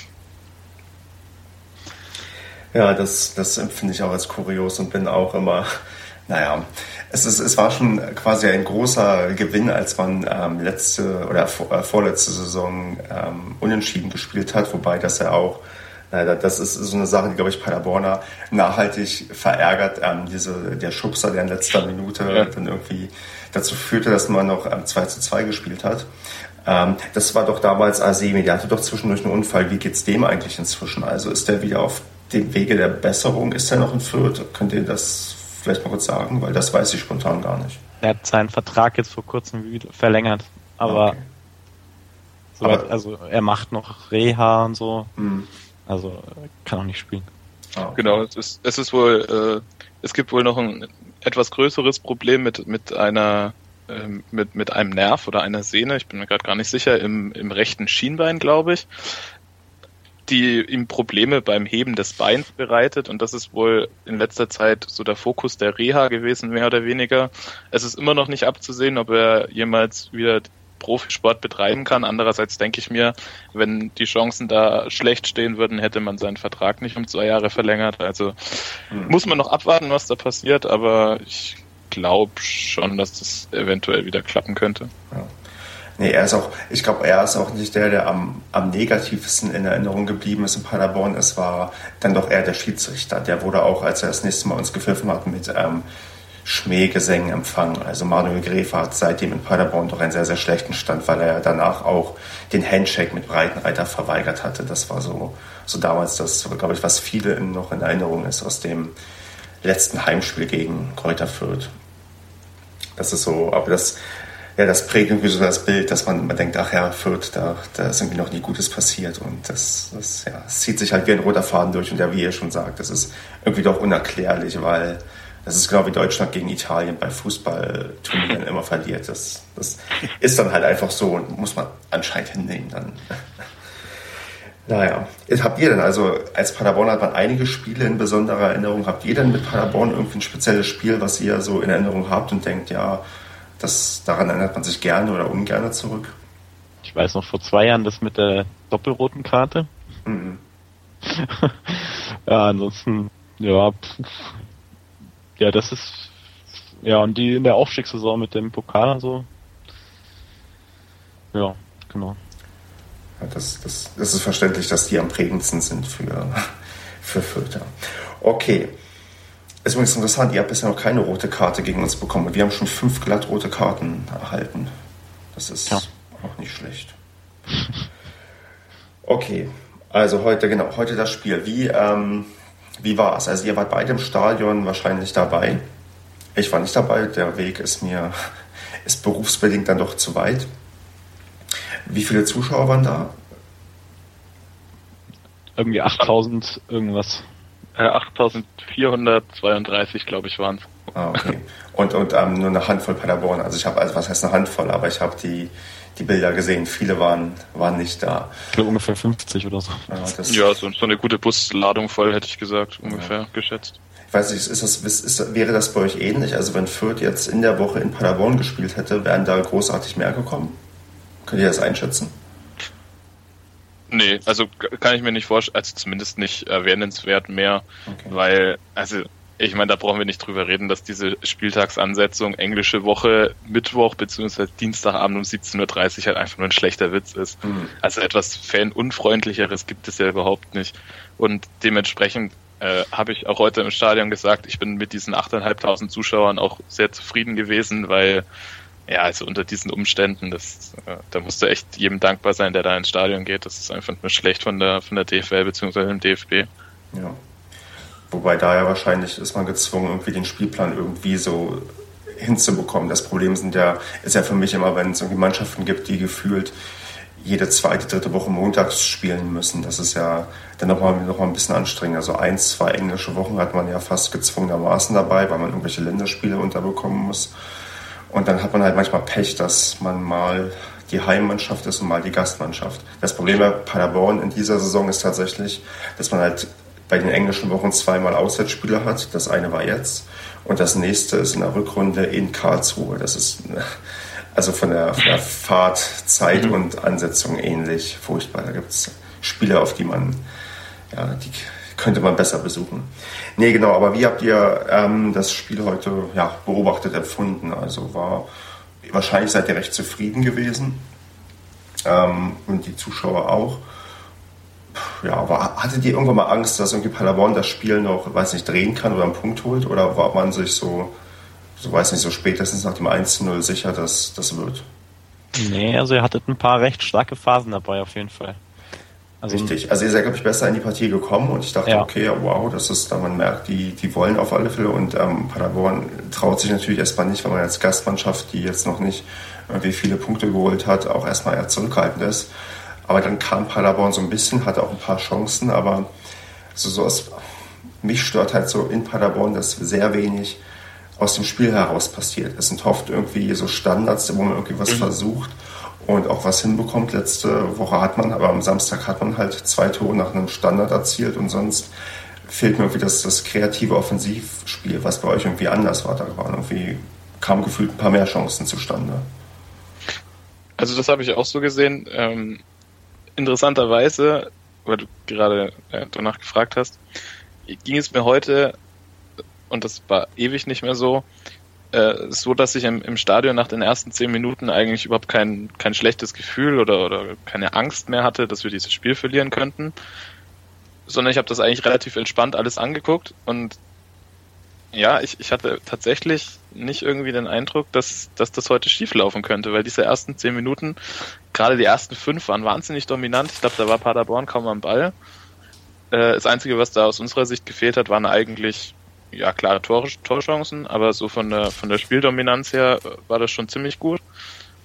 A: Ja, das, das empfinde ich auch als kurios und bin auch immer, naja, es ist, es war schon quasi ein großer Gewinn, als man ähm, letzte oder vor, äh, vorletzte Saison ähm, unentschieden gespielt hat, wobei das ja auch, äh, das ist so eine Sache, die, glaube ich, Paderborner nachhaltig verärgert, ähm, diese, der Schubser, der in letzter Minute ja. dann irgendwie dazu führte, dass man noch ähm, zwei zu zwei gespielt hat. Ähm, das war doch damals Asemi, der hatte doch zwischendurch einen Unfall. Wie geht's dem eigentlich inzwischen? Also ist der wieder auf dem Wege der Besserung? Ist er noch in Fürth? Könnt ihr das vielleicht mal kurz sagen? Weil das weiß ich spontan gar nicht.
B: Er hat seinen Vertrag jetzt vor kurzem wieder verlängert. Aber, okay. soweit, aber also er macht noch Reha und so. Mhm. Also kann auch nicht spielen.
C: Ah, okay. Genau, es ist, es ist wohl, äh, es gibt wohl noch ein etwas größeres Problem mit, mit einer ähm, mit, mit einem Nerv oder einer Sehne, ich bin mir gerade gar nicht sicher, im, im rechten Schienbein, glaube ich, die ihm Probleme beim Heben des Beins bereitet, und das ist wohl in letzter Zeit so der Fokus der Reha gewesen, mehr oder weniger. Es ist immer noch nicht abzusehen, ob er jemals wieder Profisport betreiben kann. Andererseits denke ich mir, wenn die Chancen da schlecht stehen würden, hätte man seinen Vertrag nicht um zwei Jahre verlängert. Also hm. muss man noch abwarten, was da passiert, aber ich glaube schon, dass das eventuell wieder klappen könnte.
A: Ja. Nee, er ist auch, ich glaube, er ist auch nicht der, der am, am negativsten in Erinnerung geblieben ist in Paderborn. Es war dann doch eher der Schiedsrichter. Der wurde auch, als er das nächste Mal uns gepfiffen hat, mit ähm, Schmähgesängen empfangen. Also Manuel Gräfe hat seitdem in Paderborn doch einen sehr, sehr schlechten Stand, weil er danach auch den Handshake mit Breitenreiter verweigert hatte. Das war so, so damals das, glaube ich, was vielen noch in Erinnerung ist aus dem letzten Heimspiel gegen Kräuter Fürth. Das ist so, aber das Ja, das prägt irgendwie so das Bild, dass man immer denkt, ach ja, Fürth, da, da ist irgendwie noch nie Gutes passiert. Und das, das, ja, das zieht sich halt wie ein roter Faden durch. Und ja, wie ihr schon sagt, das ist irgendwie doch unerklärlich, weil das ist genau wie Deutschland gegen Italien bei Fußballturnieren immer verliert. Das, das ist dann halt einfach so und muss man anscheinend hinnehmen dann. Naja, habt ihr denn, also als Paderborn hat man einige Spiele in besonderer Erinnerung. Habt ihr denn mit Paderborn irgendwie ein spezielles Spiel, was ihr so in Erinnerung habt und denkt, ja, das, daran erinnert man sich gerne oder ungerne zurück?
B: Ich weiß noch vor zwei Jahren das mit der doppelroten Karte. Mhm. Ja, ansonsten, ja, pff, ja, das ist, ja, und die in der Aufstiegssaison mit dem Pokal und so. Ja, genau.
A: Ja, das, das, das ist verständlich, dass die am prägendsten sind für, für Fürther. Okay. Ist übrigens interessant, ihr habt bisher noch keine rote Karte gegen uns bekommen. Wir haben schon fünf glattrote Karten erhalten. Das ist ja auch nicht schlecht. Okay, also heute, genau, heute das Spiel. Wie, ähm, wie war es? Also ihr wart beide im Stadion wahrscheinlich dabei. Ich war nicht dabei, der Weg ist mir, ist berufsbedingt dann doch zu weit. Wie viele Zuschauer waren da?
B: Irgendwie achttausend irgendwas.
C: achttausendvierhundertzweiunddreißig, glaube ich, waren es.
A: Ah, okay. Und, und ähm, nur eine Handvoll Paderborn. Also ich habe, also was heißt eine Handvoll, aber ich habe die, die Bilder gesehen. Viele waren, waren nicht da.
B: Ich glaube ungefähr fünfzig oder so.
C: Ja, das ja so, so eine gute Busladung voll, hätte ich gesagt, ungefähr ja. geschätzt.
A: Ich weiß nicht, ist das, ist, ist, wäre das bei euch ähnlich? Also wenn Fürth jetzt in der Woche in Paderborn gespielt hätte, wären da großartig mehr gekommen? Könnt ihr das einschätzen?
C: Nee, also kann ich mir nicht vorstellen, also zumindest nicht erwähnenswert mehr, okay. Weil, also ich meine, da brauchen wir nicht drüber reden, dass diese Spieltagsansetzung englische Woche, Mittwoch bzw. Dienstagabend um siebzehn Uhr dreißig halt einfach nur ein schlechter Witz ist. Mhm. Also etwas Fan-unfreundlicheres gibt es ja überhaupt nicht. Und dementsprechend äh, habe ich auch heute im Stadion gesagt, ich bin mit diesen achttausendfünfhundert Zuschauern auch sehr zufrieden gewesen, weil ja, also unter diesen Umständen, das, äh, da musst du echt jedem dankbar sein, der da ins Stadion geht. Das ist einfach nur schlecht von der von der D F L bzw. dem D F B.
A: Ja. Wobei da ja wahrscheinlich ist man gezwungen, irgendwie den Spielplan irgendwie so hinzubekommen. Das Problem sind ja, ist ja für mich immer, wenn es irgendwie Mannschaften gibt, die gefühlt jede zweite, dritte Woche montags spielen müssen. Das ist ja dann nochmal noch mal ein bisschen anstrengend. Also ein, zwei englische Wochen hat man ja fast gezwungenermaßen dabei, weil man irgendwelche Länderspiele unterbekommen muss. Und dann hat man halt manchmal Pech, dass man mal die Heimmannschaft ist und mal die Gastmannschaft. Das Problem bei Paderborn in dieser Saison ist tatsächlich, dass man halt bei den englischen Wochen zweimal Auswärtsspiele hat. Das eine war jetzt und das nächste ist in der Rückrunde in Karlsruhe. Das ist also von der, von der Fahrtzeit mhm. und Ansetzung ähnlich furchtbar. Da gibt es Spiele, auf die man, ja, die könnte man besser besuchen. Nee, genau, aber wie habt ihr ähm, das Spiel heute ja, beobachtet, empfunden? Also war, wahrscheinlich seid ihr recht zufrieden gewesen ähm, und die Zuschauer auch. Ja, aber hattet ihr irgendwann mal Angst, dass irgendwie Paderborn das Spiel noch, weiß nicht, drehen kann oder einen Punkt holt? Oder war man sich so, so weiß nicht, so spätestens nach dem eins zu null sicher, dass das wird?
B: Nee, also ihr hattet ein paar recht starke Phasen dabei auf jeden Fall.
A: Also richtig, also ihr seid, glaube ich, besser in die Partie gekommen und ich dachte, ja. okay, wow, das ist, da man merkt, die, die wollen auf alle Fälle und ähm, Paderborn traut sich natürlich erstmal nicht, weil man als Gastmannschaft, die jetzt noch nicht irgendwie viele Punkte geholt hat, auch erstmal eher zurückhaltend ist. Aber dann kam Paderborn so ein bisschen, hatte auch ein paar Chancen, aber so, so aus, mich stört halt so in Paderborn, dass sehr wenig aus dem Spiel heraus passiert. Es sind oft irgendwie so Standards, wo man irgendwie was mhm. versucht und auch was hinbekommt. Letzte Woche hat man, aber am Samstag hat man halt zwei Tore nach einem Standard erzielt und sonst fehlt mir irgendwie das, das kreative Offensivspiel, was bei euch irgendwie anders war. Da waren irgendwie, kamen gefühlt ein paar mehr Chancen zustande.
C: Also das habe ich auch so gesehen. Ähm, interessanterweise, weil du gerade äh, danach gefragt hast, ging es mir heute, und das war ewig nicht mehr so, äh, so, dass ich im, im Stadion nach den ersten zehn Minuten eigentlich überhaupt kein, kein schlechtes Gefühl oder, oder keine Angst mehr hatte, dass wir dieses Spiel verlieren könnten, sondern ich habe das eigentlich relativ entspannt alles angeguckt und ja, ich, ich hatte tatsächlich nicht irgendwie den Eindruck, dass, dass das heute schief laufen könnte, weil diese ersten zehn Minuten, gerade die ersten fünf, waren wahnsinnig dominant. Ich glaube, da war Paderborn kaum am Ball. Äh, das Einzige, was da aus unserer Sicht gefehlt hat, waren eigentlich ja klare Tor, Torchancen, aber so von der, von der Spieldominanz her war das schon ziemlich gut.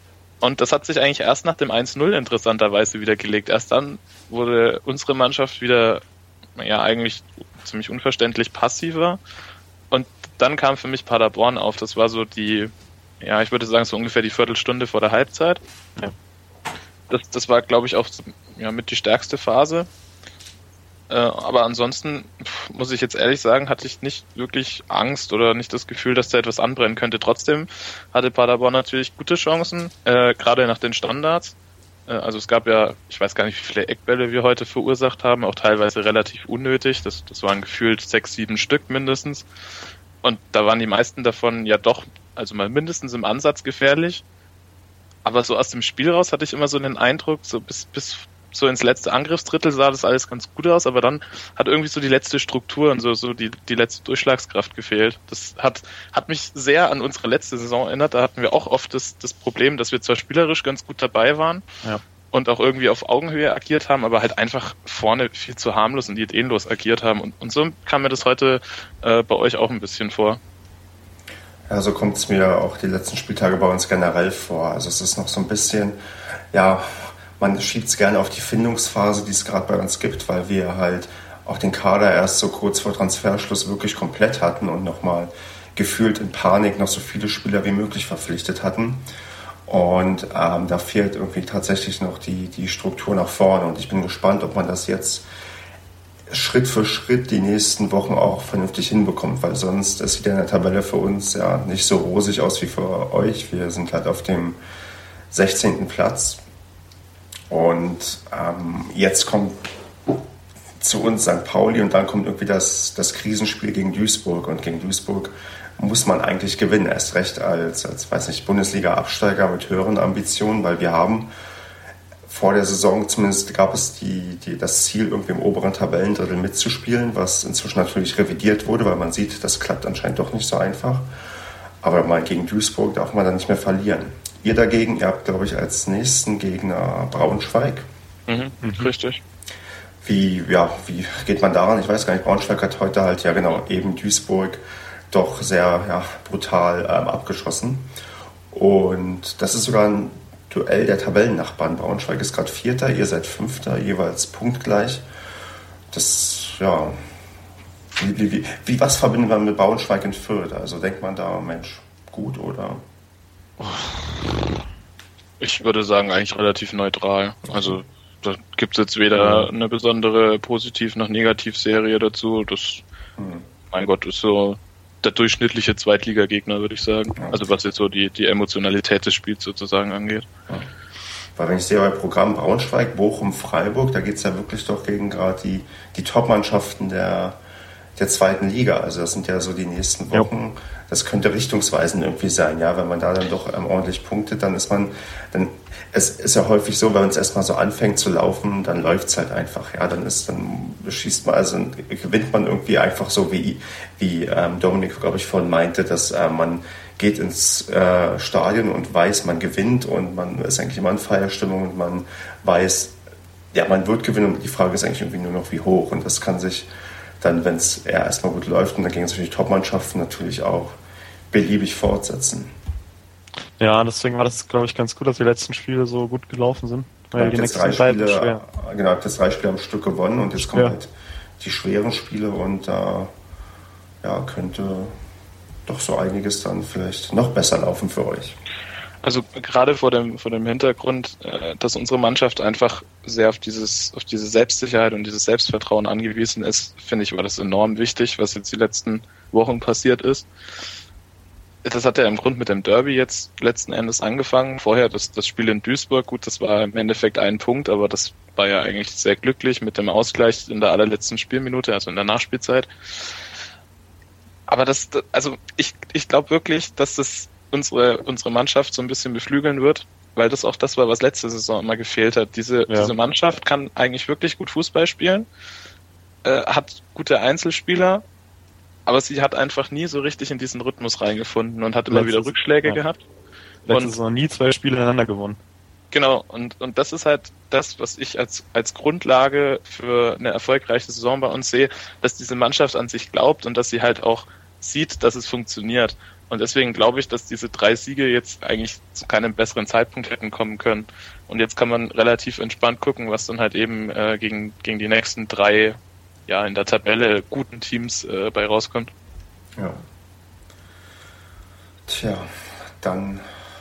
C: Und das hat sich eigentlich erst nach dem eins null interessanterweise wieder gelegt. Erst dann wurde unsere Mannschaft wieder, ja, eigentlich ziemlich unverständlich passiver. Und dann kam für mich Paderborn auf. Das war so die, ja, ich würde sagen, so ungefähr die Viertelstunde vor der Halbzeit. Ja. Das, das war, glaube ich, auch ja, mit die stärkste Phase. Äh, aber ansonsten, pff, muss ich jetzt ehrlich sagen, hatte ich nicht wirklich Angst oder nicht das Gefühl, dass da etwas anbrennen könnte. Trotzdem hatte Paderborn natürlich gute Chancen, äh, gerade nach den Standards. Äh, also es gab ja, ich weiß gar nicht, wie viele Eckbälle wir heute verursacht haben, auch teilweise relativ unnötig. Das, das waren gefühlt sechs, sieben Stück mindestens. Und da waren die meisten davon ja doch, also mal mindestens im Ansatz gefährlich. Aber so aus dem Spiel raus hatte ich immer so den Eindruck, so bis, bis so ins letzte Angriffsdrittel sah das alles ganz gut aus, aber dann hat irgendwie so die letzte Struktur und so, so die, die letzte Durchschlagskraft gefehlt. Das hat, hat mich sehr an unsere letzte Saison erinnert. Da hatten wir auch oft das, das Problem, dass wir zwar spielerisch ganz gut dabei waren, ja, und auch irgendwie auf Augenhöhe agiert haben, aber halt einfach vorne viel zu harmlos und ideenlos agiert haben. Und, und so kam mir das heute äh, bei euch auch ein bisschen vor.
A: Ja, so kommt es mir auch die letzten Spieltage bei uns generell vor. Also es ist noch so ein bisschen, ja, man schiebt es gerne auf die Findungsphase, die es gerade bei uns gibt, weil wir halt auch den Kader erst so kurz vor Transferschluss wirklich komplett hatten und nochmal gefühlt in Panik noch so viele Spieler wie möglich verpflichtet hatten. Und ähm, da fehlt irgendwie tatsächlich noch die, die Struktur nach vorne. Und ich bin gespannt, ob man das jetzt Schritt für Schritt die nächsten Wochen auch vernünftig hinbekommt, weil sonst sieht ja in der Tabelle für uns ja nicht so rosig aus wie für euch. Wir sind halt auf dem sechzehnten Platz. Und ähm, jetzt kommt zu uns Sankt Pauli und dann kommt irgendwie das, das Krisenspiel gegen Duisburg. Und gegen Duisburg muss man eigentlich gewinnen, erst recht als, als weiß nicht, Bundesliga-Absteiger mit höheren Ambitionen, weil wir haben vor der Saison zumindest gab es die, die, das Ziel, irgendwie im oberen Tabellendrittel mitzuspielen, was inzwischen natürlich revidiert wurde, weil man sieht, das klappt anscheinend doch nicht so einfach. Aber mal gegen Duisburg darf man dann nicht mehr verlieren. Ihr dagegen, ihr habt, glaube ich, als nächsten Gegner Braunschweig.
C: Mhm, richtig.
A: Wie, ja, wie geht man daran? Ich weiß gar nicht, Braunschweig hat heute halt, ja genau, eben Duisburg doch sehr ja, brutal ähm, abgeschossen. Und das ist sogar ein Duell der Tabellennachbarn. Braunschweig ist gerade Vierter, ihr seid Fünfter, jeweils punktgleich. Das, ja, wie, wie, wie, wie was verbindet man mit Braunschweig in Fürth? Also denkt man da, Mensch, gut oder?
C: Ich würde sagen, eigentlich relativ neutral. Also da gibt es jetzt weder eine besondere Positiv- noch Negativserie dazu. Das, hm. mein Gott, ist so der durchschnittliche Zweitligagegner, würde ich sagen. Ja. Also was jetzt so die, die Emotionalität des Spiels sozusagen angeht.
A: Ja. Weil wenn ich sehe bei Programm Braunschweig, Bochum, Freiburg, da geht es ja wirklich doch gegen gerade die, die Top-Mannschaften der, der zweiten Liga. Also das sind ja so die nächsten Wochen. Ja. Das könnte richtungsweisend irgendwie sein, ja, wenn man da dann doch ähm, ordentlich punktet, dann ist man, dann, es ist ja häufig so, wenn es erstmal so anfängt zu laufen, dann läuft es halt einfach, ja, dann ist, dann schießt man, also dann gewinnt man irgendwie einfach so, wie, wie ähm, Dominik, glaube ich, vorhin meinte, dass äh, man geht ins äh, Stadion und weiß, man gewinnt und man ist eigentlich immer in Feierstimmung und man weiß, ja, man wird gewinnen und die Frage ist eigentlich irgendwie nur noch, wie hoch, und das kann sich dann, wenn es eher erstmal gut läuft, und dann gegen natürlich Top-Mannschaften natürlich auch beliebig fortsetzen.
B: Ja, deswegen war das, glaube ich, ganz gut, dass die letzten Spiele so gut gelaufen sind. Weil die
A: nächsten drei Spiele, schwer. Genau, habt jetzt drei Spiele am Stück gewonnen und jetzt kommen ja. halt die schweren Spiele und da äh, ja, könnte doch so einiges dann vielleicht noch besser laufen für euch.
C: Also gerade vor dem vor dem Hintergrund, äh, dass unsere Mannschaft einfach sehr auf dieses auf diese Selbstsicherheit und dieses Selbstvertrauen angewiesen ist, finde ich, war das enorm wichtig, was jetzt die letzten Wochen passiert ist. Das hat ja im Grunde mit dem Derby jetzt letzten Endes angefangen. Vorher das, das Spiel in Duisburg, gut, das war im Endeffekt ein Punkt, aber das war ja eigentlich sehr glücklich mit dem Ausgleich in der allerletzten Spielminute, also in der Nachspielzeit. Aber das, also ich, ich glaube wirklich, dass das unsere, unsere Mannschaft so ein bisschen beflügeln wird, weil das auch das war, was letzte Saison immer gefehlt hat. Diese, ja. diese Mannschaft kann eigentlich wirklich gut Fußball spielen, äh, hat gute Einzelspieler, aber sie hat einfach nie so richtig in diesen Rhythmus reingefunden und hat immer Letztes, wieder Rückschläge ja. gehabt.
B: Letzte Saison nie zwei Spiele ineinander gewonnen.
C: Genau, und, und das ist halt das, was ich als, als Grundlage für eine erfolgreiche Saison bei uns sehe, dass diese Mannschaft an sich glaubt und dass sie halt auch sieht, dass es funktioniert. Und deswegen glaube ich, dass diese drei Siege jetzt eigentlich zu keinem besseren Zeitpunkt hätten kommen können. Und jetzt kann man relativ entspannt gucken, was dann halt eben äh, gegen, gegen die nächsten drei, ja, in der Tabelle guten Teams äh, bei rauskommt.
A: Ja. Tja, dann,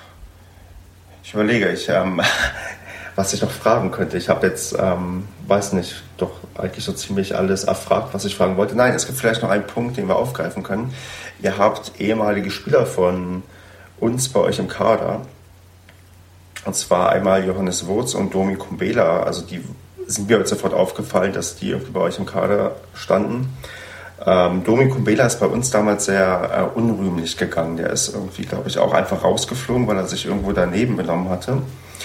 A: ich überlege, ich, ähm, was ich noch fragen könnte. Ich habe jetzt, ähm, weiß nicht, doch eigentlich so ziemlich alles erfragt, was ich fragen wollte. Nein, es gibt vielleicht noch einen Punkt, den wir aufgreifen können. Ihr habt ehemalige Spieler von uns bei euch im Kader. Und zwar einmal Johannes Wurz und Domi Kumbela. Also die sind mir jetzt sofort aufgefallen, dass die irgendwie bei euch im Kader standen. Ähm, Domi Kumbela ist bei uns damals sehr äh, unrühmlich gegangen. Der ist irgendwie, glaube ich, auch einfach rausgeflogen, weil er sich irgendwo daneben benommen hatte.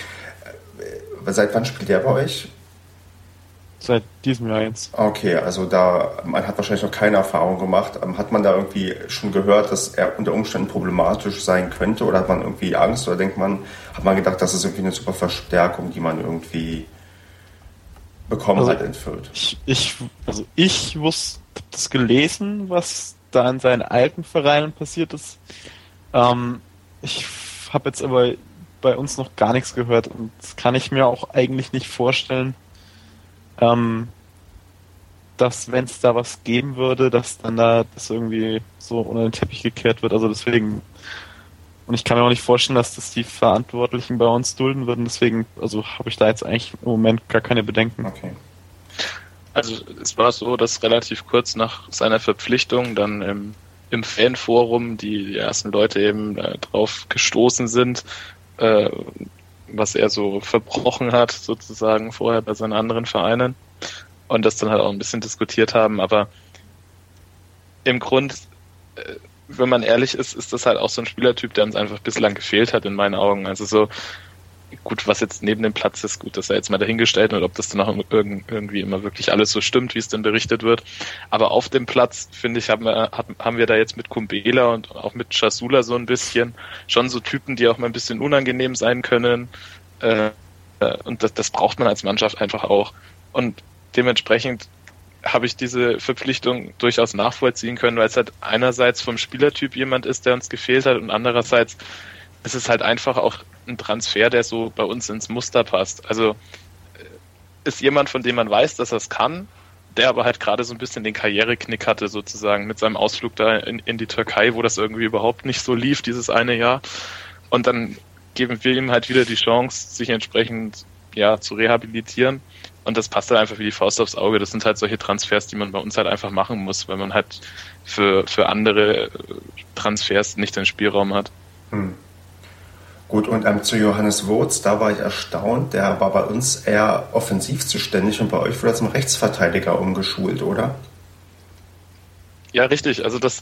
A: Äh, seit wann spielt der bei euch?
B: Seit diesem Jahr jetzt.
A: Okay, also da, man hat wahrscheinlich noch keine Erfahrung gemacht. Hat man da irgendwie schon gehört, dass er unter Umständen problematisch sein könnte, oder hat man irgendwie Angst, oder denkt man, hat man gedacht, das ist irgendwie eine super Verstärkung, die man irgendwie bekommen
B: also
A: hat in Fürth?
B: Ich, ich, also ich wusste, hab das gelesen, was da in seinen alten Vereinen passiert ist. Ähm, ich habe jetzt aber bei uns noch gar nichts gehört, und das kann ich mir auch eigentlich nicht vorstellen, Ähm, dass, wenn es da was geben würde, dass dann da das irgendwie so unter den Teppich gekehrt wird. Also deswegen, und ich kann mir auch nicht vorstellen, dass das die Verantwortlichen bei uns dulden würden. Deswegen, also habe ich da jetzt eigentlich im Moment gar keine Bedenken.
A: Okay.
C: Also es war so, dass relativ kurz nach seiner Verpflichtung dann im, im Fanforum die, die ersten Leute eben äh, drauf gestoßen sind, äh, was er so verbrochen hat, sozusagen vorher bei seinen anderen Vereinen, und das dann halt auch ein bisschen diskutiert haben, aber im Grund, wenn man ehrlich ist, ist das halt auch so ein Spielertyp, der uns einfach bislang gefehlt hat in meinen Augen. Also so, gut, was jetzt neben dem Platz ist, gut, das sei jetzt mal dahingestellt, und ob das dann auch irgendwie immer wirklich alles so stimmt, wie es denn berichtet wird. Aber auf dem Platz, finde ich, haben wir, haben wir da jetzt mit Kumbela und auch mit Chasula so ein bisschen schon so Typen, die auch mal ein bisschen unangenehm sein können. Und das, das braucht man als Mannschaft einfach auch. Und dementsprechend habe ich diese Verpflichtung durchaus nachvollziehen können, weil es halt einerseits vom Spielertyp jemand ist, der uns gefehlt hat, und andererseits ist es halt einfach auch ein Transfer, der so bei uns ins Muster passt. Also ist jemand, von dem man weiß, dass er es kann, der aber halt gerade so ein bisschen den Karriereknick hatte, sozusagen, mit seinem Ausflug da in, in die Türkei, wo das irgendwie überhaupt nicht so lief, dieses eine Jahr. Und dann geben wir ihm halt wieder die Chance, sich entsprechend ja zu rehabilitieren. Und das passt halt einfach wie die Faust aufs Auge. Das sind halt solche Transfers, die man bei uns halt einfach machen muss, weil man halt für, für andere Transfers nicht den Spielraum hat.
A: Hm. Gut, und ähm, zu Johannes Wurz, da war ich erstaunt. Der war bei uns eher offensiv zuständig, und bei euch wurde er zum Rechtsverteidiger umgeschult, oder?
C: Ja, richtig. Also das,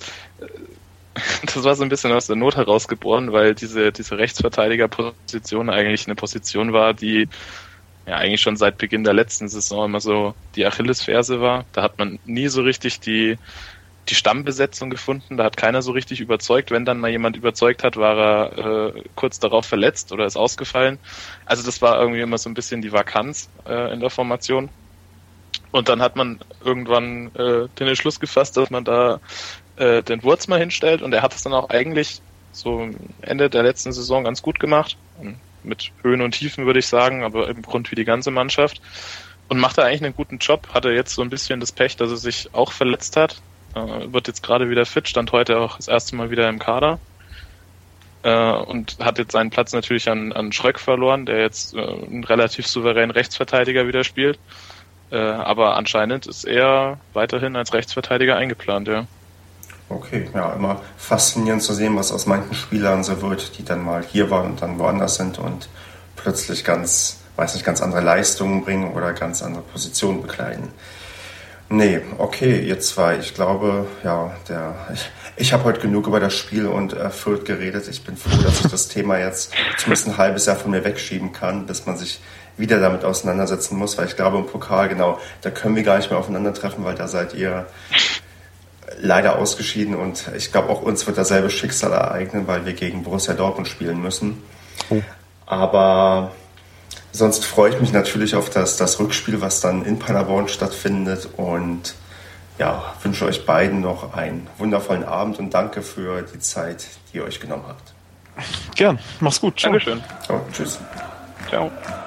C: das war so ein bisschen aus der Not herausgeboren, weil diese, diese Rechtsverteidigerposition eigentlich eine Position war, die ja eigentlich schon seit Beginn der letzten Saison immer so die Achillesferse war. Da hat man nie so richtig die, die Stammbesetzung gefunden. Da hat keiner so richtig überzeugt. Wenn dann mal jemand überzeugt hat, war er äh, kurz darauf verletzt oder ist ausgefallen. Also das war irgendwie immer so ein bisschen die Vakanz äh, in der Formation. Und dann hat man irgendwann äh, den Entschluss gefasst, dass man da äh, den Wurz mal hinstellt, und er hat es dann auch eigentlich so Ende der letzten Saison ganz gut gemacht. Mit Höhen und Tiefen, würde ich sagen, aber im Grund wie die ganze Mannschaft. Und macht da eigentlich einen guten Job. Hatte jetzt so ein bisschen das Pech, dass er sich auch verletzt hat. Äh, wird jetzt gerade wieder fit, stand heute auch das erste Mal wieder im Kader. Äh, und hat jetzt seinen Platz natürlich an, an Schröck verloren, der jetzt äh, einen relativ souveränen Rechtsverteidiger wieder spielt. Äh, aber anscheinend ist er weiterhin als Rechtsverteidiger eingeplant, ja.
A: Okay, ja, immer faszinierend zu sehen, was aus manchen Spielern so wird, die dann mal hier waren und dann woanders sind und plötzlich ganz, weiß nicht, ganz andere Leistungen bringen oder ganz andere Positionen bekleiden. Nee, okay, ihr zwei, ich glaube, ja, der, ich, ich habe heute genug über das Spiel und äh, Fürth geredet. Ich bin froh, dass ich das Thema jetzt zumindest ein halbes Jahr von mir wegschieben kann, bis man sich wieder damit auseinandersetzen muss, weil ich glaube, im Pokal, genau, da können wir gar nicht mehr aufeinandertreffen, weil da seid ihr leider ausgeschieden, und ich glaube, auch uns wird dasselbe Schicksal ereignen, weil wir gegen Borussia Dortmund spielen müssen. Oh. Aber sonst freue ich mich natürlich auf das, das Rückspiel, was dann in Paderborn stattfindet, und ja, wünsche euch beiden noch einen wundervollen Abend und danke für die Zeit, die ihr euch genommen habt.
B: Gern, mach's gut.
C: Ciao. Dankeschön.
A: So, tschüss.
C: Ciao.